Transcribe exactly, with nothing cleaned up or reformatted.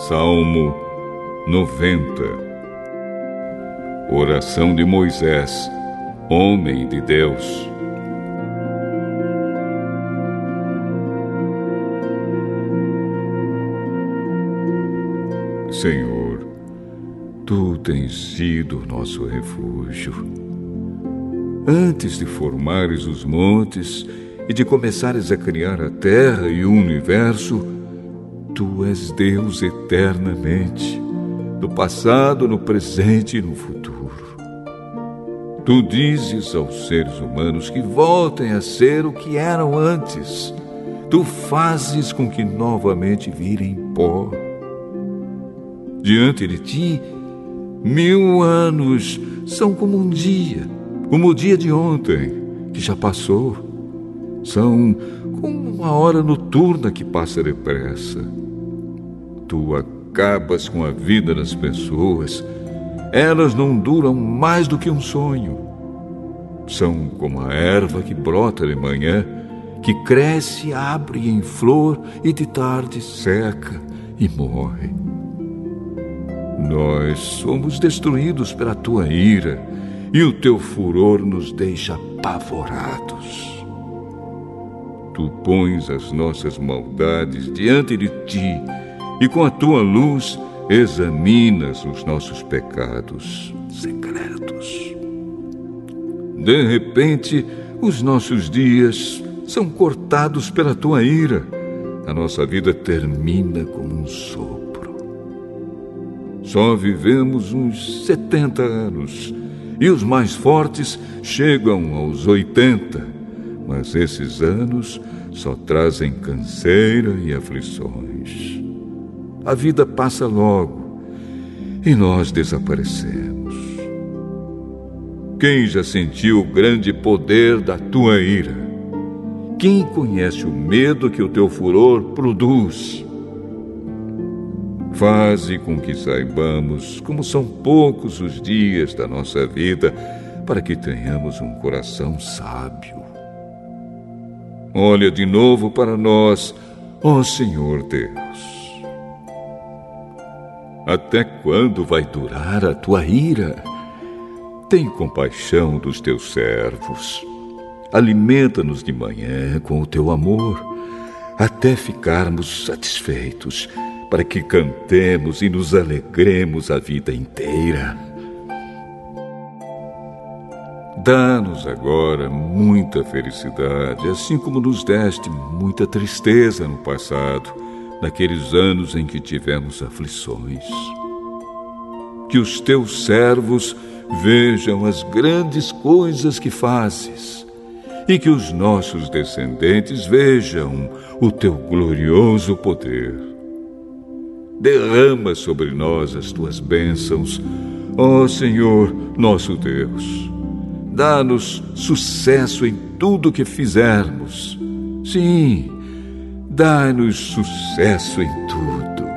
Salmo noventa. Oração de Moisés, homem de Deus. Senhor, Tu tens sido nosso refúgio. Antes de formares os montes e de começares a criar a terra e o universo, Tu és Deus eternamente, no passado, no presente e no futuro. Tu dizes aos seres humanos que voltem a ser o que eram antes. Tu fazes com que novamente virem pó. Diante de Ti, mil anos são como um dia, como o dia de ontem, que já passou. São como uma hora noturna que passa depressa. Tu acabas com a vida das pessoas. Elas não duram mais do que um sonho. São como a erva que brota de manhã, que cresce, abre em flor e de tarde seca e morre. Nós somos destruídos pela Tua ira e o Teu furor nos deixa apavorados. Tu pões as nossas maldades diante de Ti e com a Tua luz examinas os nossos pecados secretos. De repente, os nossos dias são cortados pela Tua ira. A nossa vida termina como um sopro. Só vivemos uns setenta anos e os mais fortes chegam aos oitenta. Mas esses anos só trazem canseira e aflições. A vida passa logo e nós desaparecemos. Quem já sentiu o grande poder da Tua ira? Quem conhece o medo que o Teu furor produz? Faze com que saibamos como são poucos os dias da nossa vida, para que tenhamos um coração sábio. Olha de novo para nós, ó Senhor Deus. Até quando vai durar a Tua ira? Tem compaixão dos Teus servos. Alimenta-nos de manhã com o Teu amor, até ficarmos satisfeitos, para que cantemos e nos alegremos a vida inteira. Dá-nos agora muita felicidade, assim como nos deste muita tristeza no passado, naqueles anos em que tivemos aflições. Que os Teus servos vejam as grandes coisas que fazes e que os nossos descendentes vejam o Teu glorioso poder. Derrama sobre nós as Tuas bênçãos, ó Senhor, nosso Deus. Dá-nos sucesso em tudo que fizermos. Sim, dá-nos sucesso em tudo.